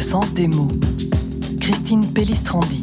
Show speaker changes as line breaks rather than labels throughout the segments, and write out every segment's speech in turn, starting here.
sens des mots. Christine Pellistrandi.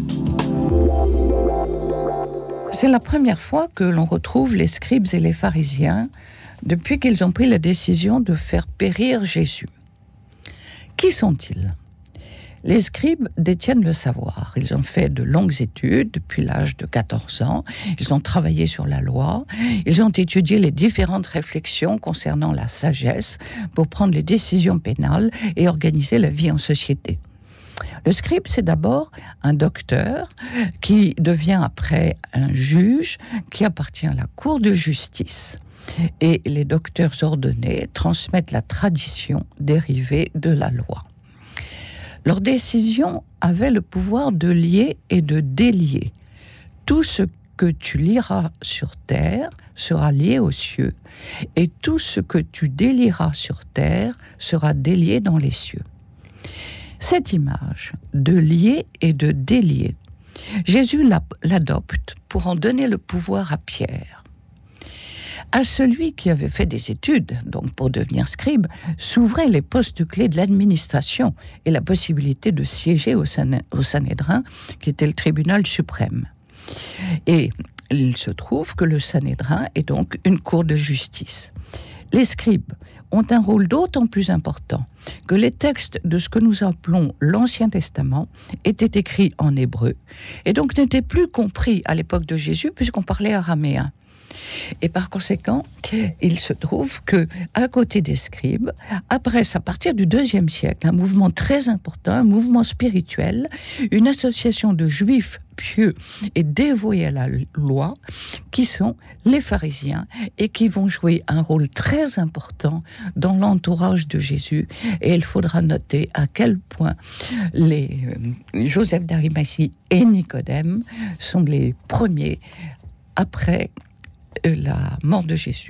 C'est la première fois que l'on retrouve les scribes et les pharisiens depuis qu'ils ont pris la décision de faire périr Jésus. Qui sont-ils ? Les scribes détiennent le savoir. Ils ont fait de longues études depuis l'âge de 14 ans. Ils ont travaillé sur la loi. Ils ont étudié les différentes réflexions concernant la sagesse pour prendre les décisions pénales et organiser la vie en société. Le scribe, c'est d'abord un docteur qui devient après un juge qui appartient à la cour de justice. Et les docteurs ordonnés transmettent la tradition dérivée de la loi. Leurs décisions avaient le pouvoir de lier et de délier. Tout ce que tu lieras sur terre sera lié aux cieux, et tout ce que tu délieras sur terre sera délié dans les cieux. Cette image de lier et de délier, Jésus l'adopte pour en donner le pouvoir à Pierre. À celui qui avait fait des études, donc pour devenir scribe, s'ouvraient les postes clés de l'administration et la possibilité de siéger au Sanhédrin, qui était le tribunal suprême. Et il se trouve que le Sanhédrin est donc une cour de justice. Les scribes ont un rôle d'autant plus important que les textes de ce que nous appelons l'Ancien Testament étaient écrits en hébreu et donc n'étaient plus compris à l'époque de Jésus puisqu'on parlait araméen. Et par conséquent, il se trouve que, à côté des scribes, apparaissent à partir du IIe siècle un mouvement très important, un mouvement spirituel, une association de juifs pieux et dévoués à la loi, qui sont les pharisiens et qui vont jouer un rôle très important dans l'entourage de Jésus. Et il faudra noter à quel point Joseph d'Arimathie et Nicodème sont les premiers après la mort de Jésus.